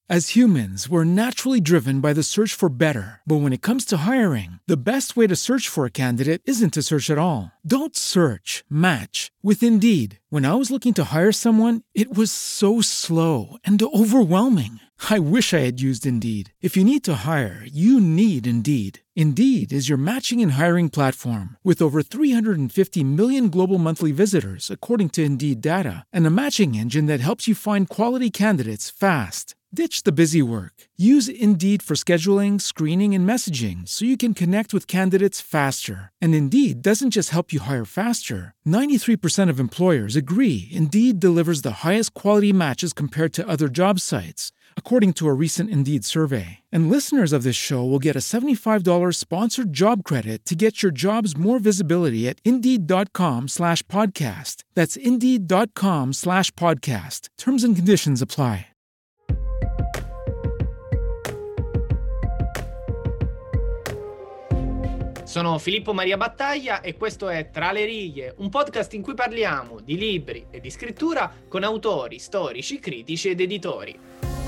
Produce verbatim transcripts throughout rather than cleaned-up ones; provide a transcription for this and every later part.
As humans, we're naturally driven by the search for better. But when it comes to hiring, the best way to search for a candidate isn't to search at all. Don't search, match with Indeed. When I was looking to hire someone, it was so slow and overwhelming. I wish I had used Indeed. If you need to hire, you need Indeed. Indeed is your matching and hiring platform with over three hundred fifty million global monthly visitors, according to Indeed data, and a matching engine that helps you find quality candidates fast. Ditch the busy work. Use Indeed for scheduling, screening, and messaging so you can connect with candidates faster. And Indeed doesn't just help you hire faster. ninety-three percent of employers agree Indeed delivers the highest quality matches compared to other job sites, according to a recent Indeed survey. And listeners of this show will get a seventy-five dollars sponsored job credit to get your jobs more visibility at Indeed.com slash podcast. That's Indeed.com slash podcast. Terms and conditions apply. Sono Filippo Maria Battaglia e questo è Tra le righe, un podcast in cui parliamo di libri e di scrittura con autori, storici, critici ed editori.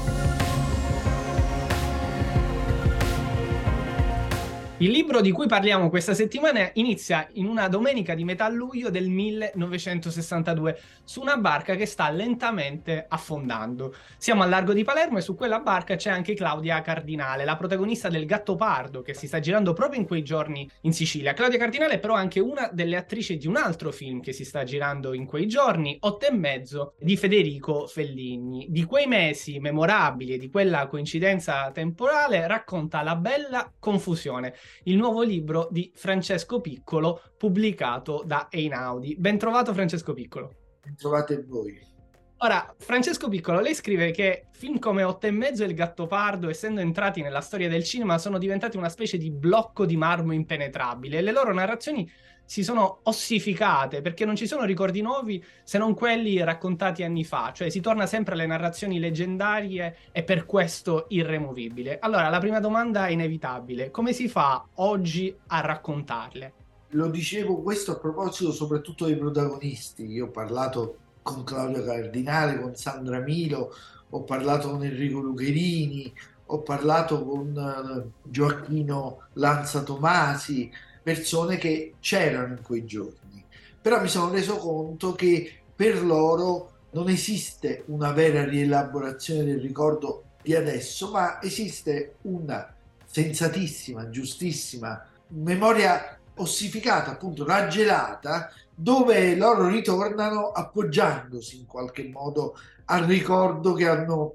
Il libro di cui parliamo questa settimana inizia in una domenica di metà luglio del millenovecentosessantadue su una barca che sta lentamente affondando. Siamo al largo di Palermo e su quella barca c'è anche Claudia Cardinale, la protagonista del Gattopardo, che si sta girando proprio in quei giorni in Sicilia. Claudia Cardinale è però anche una delle attrici di un altro film che si sta girando in quei giorni, Otto e mezzo, di Federico Fellini. Di quei mesi memorabili e di quella coincidenza temporale racconta La bella confusione, il nuovo libro di Francesco Piccolo pubblicato da Einaudi. Ben trovato Francesco Piccolo. Ben trovate voi. Ora, Francesco Piccolo, lei scrive che film come Otto e mezzo e Il Gattopardo, essendo entrati nella storia del cinema, sono diventati una specie di blocco di marmo impenetrabile e le loro narrazioni si sono ossificate perché non ci sono ricordi nuovi se non quelli raccontati anni fa, cioè si torna sempre alle narrazioni leggendarie e per questo irremovibile. Allora, la prima domanda è inevitabile: come si fa oggi a raccontarle? Lo dicevo questo a proposito soprattutto dei protagonisti. Io ho parlato con Claudia Cardinale, con Sandra Milo, ho parlato con Enrico Lucherini, ho parlato con Gioacchino Lanza Tomasi, persone che c'erano in quei giorni, però mi sono reso conto che per loro non esiste una vera rielaborazione del ricordo di adesso, ma esiste una sensatissima, giustissima memoria ossificata, appunto raggelata, dove loro ritornano appoggiandosi in qualche modo al ricordo che hanno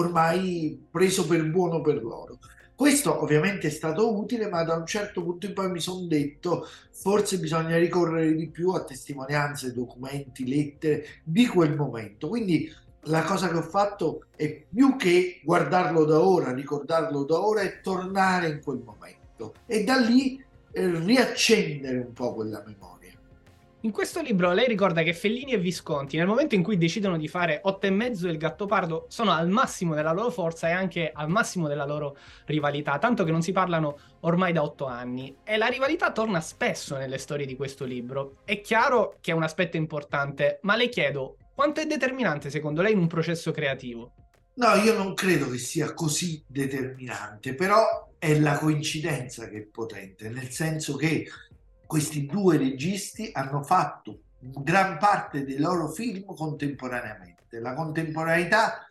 ormai preso per buono per loro. Questo ovviamente è stato utile, ma da un certo punto in poi mi sono detto forse bisogna ricorrere di più a testimonianze, documenti, lettere di quel momento. Quindi la cosa che ho fatto è più che guardarlo da ora, ricordarlo da ora, è tornare in quel momento e da lì eh, riaccendere un po' quella memoria. In questo libro lei ricorda che Fellini e Visconti, nel momento in cui decidono di fare Otto e mezzo e Il Gattopardo, sono al massimo della loro forza e anche al massimo della loro rivalità, tanto che non si parlano ormai da otto anni. E la rivalità torna spesso nelle storie di questo libro. È chiaro che è un aspetto importante, ma le chiedo, quanto è determinante secondo lei in un processo creativo? No, io non credo che sia così determinante, però è la coincidenza che è potente, nel senso che questi due registi hanno fatto gran parte dei loro film contemporaneamente. La contemporaneità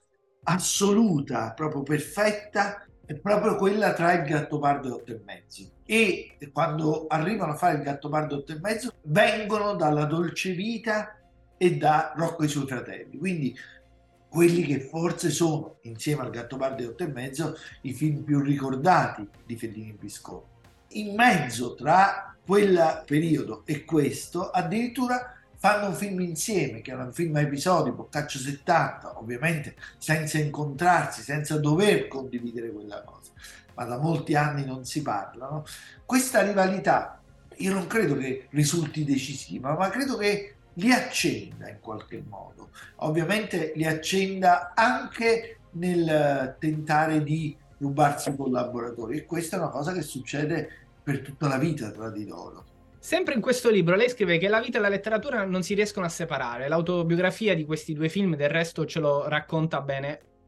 assoluta, proprio perfetta, è proprio quella tra Il Gattopardo e Otto e mezzo. E quando arrivano a fare Il Gattopardo e Otto e mezzo vengono dalla Dolce Vita e da Rocco e i suoi fratelli. Quindi quelli che forse sono, insieme al Gattopardo e Otto e mezzo, i film più ricordati di Fellini e Visconti. In mezzo tra quel periodo e questo addirittura fanno un film insieme, che è un film a episodi, Boccaccio settanta, ovviamente senza incontrarsi, senza dover condividere quella cosa, ma da molti anni non si parlano. Questa rivalità io non credo che risulti decisiva, ma credo che li accenda in qualche modo. Ovviamente li accenda anche nel tentare di rubarsi collaboratori, e questa è una cosa che succede per tutta la vita tra di loro. Sempre in questo libro lei scrive che la vita e la letteratura non si riescono a separare. L'autobiografia di questi due film del resto ce lo racconta bene.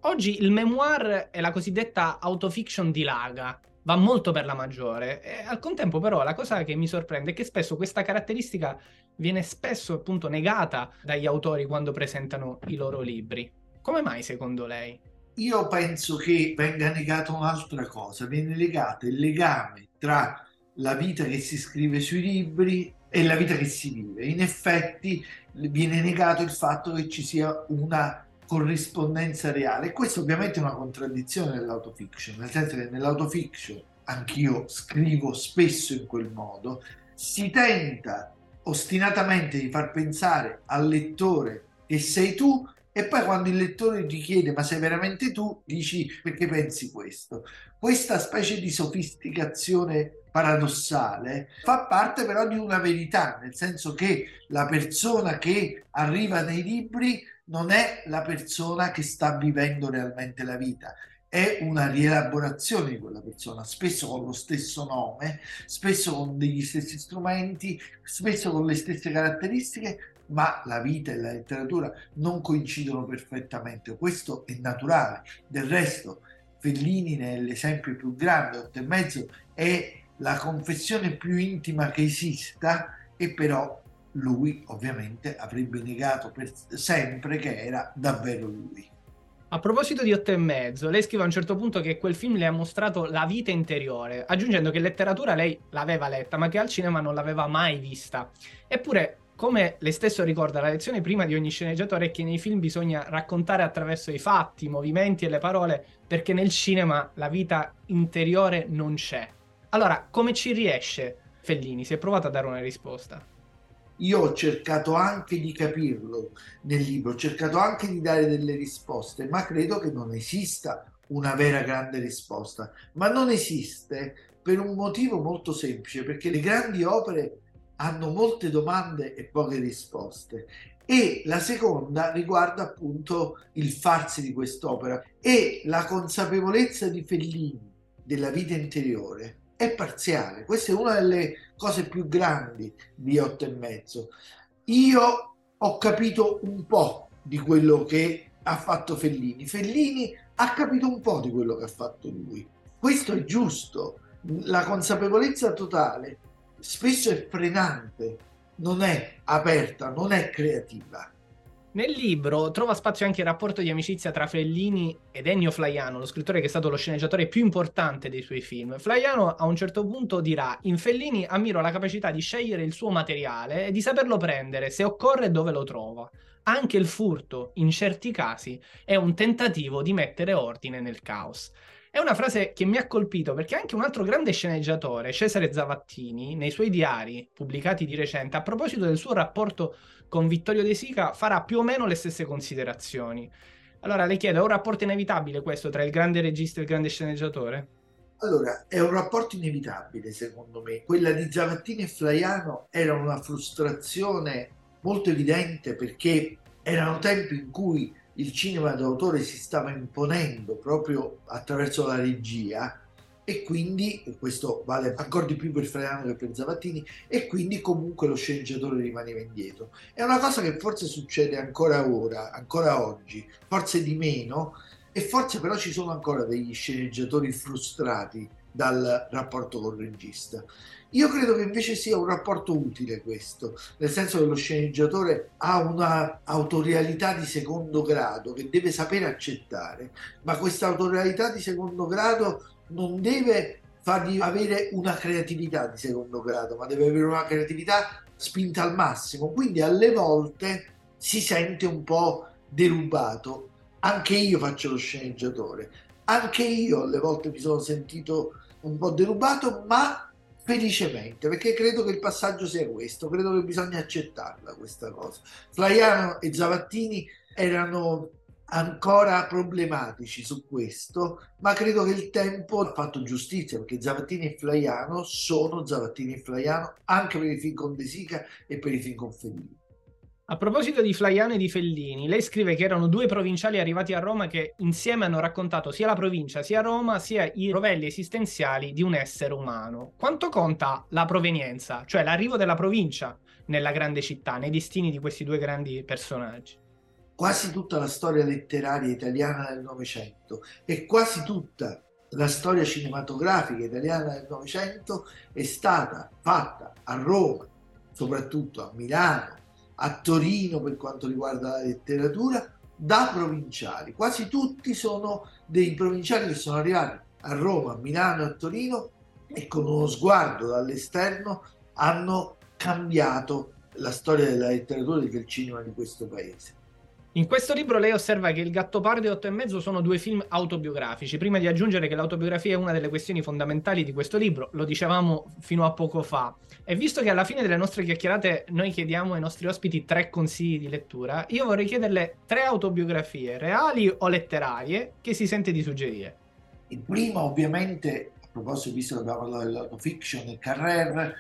Oggi il memoir e la cosiddetta autofiction dilaga, va molto per la maggiore, e al contempo però la cosa che mi sorprende è che spesso questa caratteristica viene spesso appunto negata dagli autori quando presentano i loro libri. Come mai secondo lei? Io penso che venga negata un'altra cosa, viene negato il legame tra la vita che si scrive sui libri e la vita che si vive. In effetti viene negato il fatto che ci sia una corrispondenza reale, e questo ovviamente è una contraddizione nell'autofiction, nel senso che nell'autofiction, anch'io scrivo spesso in quel modo, si tenta ostinatamente di far pensare al lettore che sei tu, e poi quando il lettore ti chiede ma sei veramente tu, dici perché pensi questo. Questa specie di sofisticazione paradossale fa parte però di una verità, nel senso che la persona che arriva nei libri non è la persona che sta vivendo realmente la vita, è una rielaborazione di quella persona, spesso con lo stesso nome, spesso con degli stessi strumenti, spesso con le stesse caratteristiche, ma la vita e la letteratura non coincidono perfettamente. Questo è naturale. Del resto, Fellini, nell'esempio più grande, Otto e mezzo, è la confessione più intima che esista, e però lui ovviamente avrebbe negato per sempre che era davvero lui. A proposito di Otto e mezzo, lei scrive a un certo punto che quel film le ha mostrato la vita interiore, aggiungendo che in letteratura lei l'aveva letta, ma che al cinema non l'aveva mai vista. Eppure, come lei stesso ricorda, la lezione prima di ogni sceneggiatore è che nei film bisogna raccontare attraverso i fatti, i movimenti e le parole, perché nel cinema la vita interiore non c'è. Allora, come ci riesce Fellini? Si è provato a dare una risposta. Io ho cercato anche di capirlo nel libro, ho cercato anche di dare delle risposte, ma credo che non esista una vera grande risposta. Ma non esiste per un motivo molto semplice, perché le grandi opere hanno molte domande e poche risposte. E la seconda riguarda appunto il farsi di quest'opera, e la consapevolezza di Fellini della vita interiore è parziale. Questa è una delle cose più grandi di Otto e mezzo. Io ho capito un po' di quello che ha fatto Fellini. Fellini ha capito un po' di quello che ha fatto lui. Questo è giusto. La consapevolezza totale spesso è frenante, non è aperta, non è creativa. Nel libro trova spazio anche il rapporto di amicizia tra Fellini ed Ennio Flaiano, lo scrittore che è stato lo sceneggiatore più importante dei suoi film. Flaiano a un certo punto dirà: in Fellini ammiro la capacità di scegliere il suo materiale e di saperlo prendere, se occorre, dove lo trova. Anche il furto, in certi casi, è un tentativo di mettere ordine nel caos. È una frase che mi ha colpito perché anche un altro grande sceneggiatore, Cesare Zavattini, nei suoi diari pubblicati di recente, a proposito del suo rapporto con Vittorio De Sica, farà più o meno le stesse considerazioni. Allora le chiedo, è un rapporto inevitabile questo tra il grande regista e il grande sceneggiatore? Allora, è un rapporto inevitabile secondo me. Quella di Zavattini e Flaiano era una frustrazione molto evidente, perché erano tempi in cui il cinema d'autore si stava imponendo proprio attraverso la regia, e quindi, e questo vale ancora di più per Flaiano che per Zavattini, e quindi comunque lo sceneggiatore rimaneva indietro. È una cosa che forse succede ancora ora, ancora oggi, forse di meno, e forse però ci sono ancora degli sceneggiatori frustrati dal rapporto col regista. Io credo che invece sia un rapporto utile questo, nel senso che lo sceneggiatore ha una autorialità di secondo grado che deve sapere accettare, ma questa autorialità di secondo grado non deve fargli avere una creatività di secondo grado, ma deve avere una creatività spinta al massimo, quindi alle volte si sente un po' derubato. Anche io faccio lo sceneggiatore, anche io alle volte mi sono sentito un po' derubato, ma felicemente, perché credo che il passaggio sia questo, credo che bisogna accettarla questa cosa. Flaiano e Zavattini erano ancora problematici su questo, ma credo che il tempo ha fatto giustizia, perché Zavattini e Flaiano sono Zavattini e Flaiano anche per i film con De Sica e per i film con Fellini. A proposito di Flaiano e di Fellini, lei scrive che erano due provinciali arrivati a Roma che insieme hanno raccontato sia la provincia sia Roma, sia i rovelli esistenziali di un essere umano. Quanto conta la provenienza, cioè l'arrivo della provincia nella grande città, nei destini di questi due grandi personaggi? quasi tutta la storia letteraria italiana del Novecento e quasi tutta la storia cinematografica italiana del Novecento è stata fatta a Roma, soprattutto a Milano, a Torino per quanto riguarda la letteratura, da provinciali. Quasi tutti sono dei provinciali che sono arrivati a Roma, a Milano e a Torino e con uno sguardo dall'esterno hanno cambiato la storia della letteratura e del cinema di questo paese. In questo libro lei osserva che Il Gattopardo e Otto e mezzo sono due film autobiografici, prima di aggiungere che l'autobiografia è una delle questioni fondamentali di questo libro, lo dicevamo fino a poco fa. E visto che alla fine delle nostre chiacchierate noi chiediamo ai nostri ospiti tre consigli di lettura, io vorrei chiederle tre autobiografie, reali o letterarie, che si sente di suggerire. Il primo, ovviamente, a proposito, visto che abbiamo parlato dell'autofiction e Carrère,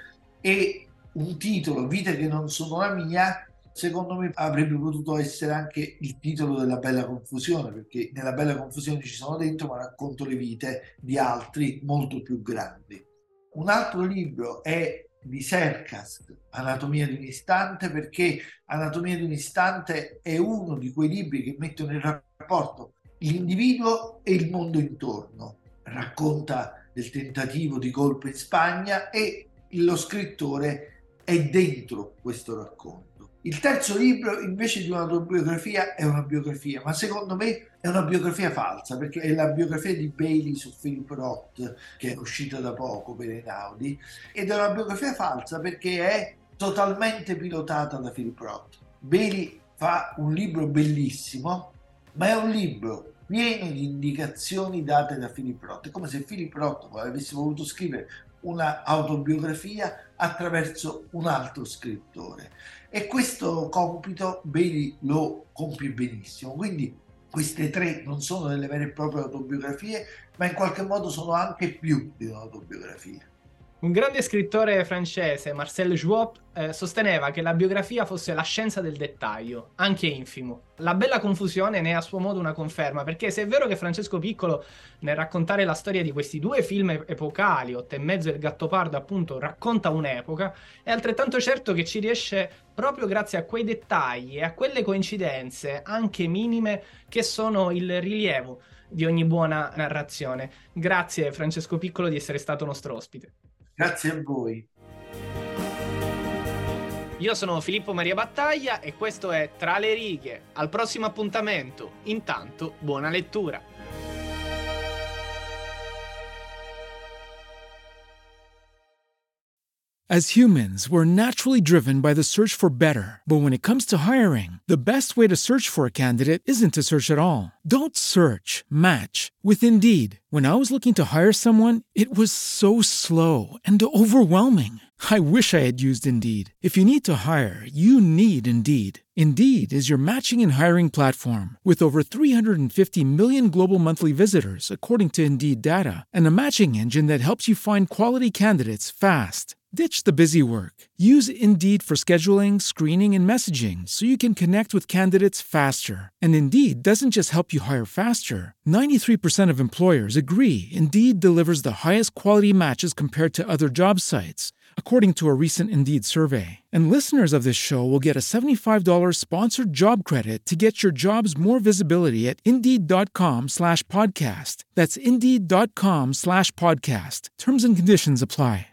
è un titolo, Vite che non sono la mia. Secondo me avrebbe potuto essere anche il titolo della Bella Confusione, perché nella Bella Confusione ci sono dentro, ma racconto le vite di altri molto più grandi. Un altro libro è di Cercas, Anatomia di un istante, perché Anatomia di un istante è uno di quei libri che mettono in rapporto l'individuo e il mondo intorno. Racconta del tentativo di golpe in Spagna e lo scrittore è dentro questo racconto. Il terzo libro, invece di un'autobiografia, è una biografia, ma secondo me è una biografia falsa, perché è la biografia di Bailey su Philip Roth, che è uscita da poco per Einaudi, ed è una biografia falsa perché è totalmente pilotata da Philip Roth. Bailey fa un libro bellissimo, ma è un libro pieno di indicazioni date da Philip Roth. È come se Philip Roth avesse voluto scrivere una autobiografia attraverso un altro scrittore, e questo compito Bailey lo compie benissimo. Quindi queste tre non sono delle vere e proprie autobiografie, ma in qualche modo sono anche più di un'autobiografia. Un grande scrittore francese, Marcel Jouop, eh, sosteneva che la biografia fosse la scienza del dettaglio, anche infimo. La Bella Confusione ne è a suo modo una conferma, perché se è vero che Francesco Piccolo, nel raccontare la storia di questi due film epocali, Otto e mezzo e Il Gattopardo, appunto, racconta un'epoca, è altrettanto certo che ci riesce proprio grazie a quei dettagli e a quelle coincidenze, anche minime, che sono il rilievo di ogni buona narrazione. Grazie Francesco Piccolo di essere stato nostro ospite. Grazie a voi. Io sono Filippo Maria Battaglia e questo è Tra le righe. Al prossimo appuntamento. Intanto, buona lettura. As humans, we're naturally driven by the search for better. But when it comes to hiring, the best way to search for a candidate isn't to search at all. Don't search, match with Indeed. When I was looking to hire someone, it was so slow and overwhelming. I wish I had used Indeed. If you need to hire, you need Indeed. Indeed is your matching and hiring platform with over three hundred fifty million global monthly visitors, according to Indeed data, and a matching engine that helps you find quality candidates fast. Ditch the busy work. Use Indeed for scheduling, screening, and messaging so you can connect with candidates faster. And Indeed doesn't just help you hire faster. ninety-three percent of employers agree Indeed delivers the highest quality matches compared to other job sites, according to a recent Indeed survey. And listeners of this show will get a seventy-five dollars sponsored job credit to get your jobs more visibility at Indeed.com slash podcast. That's Indeed.com slash podcast. Terms and conditions apply.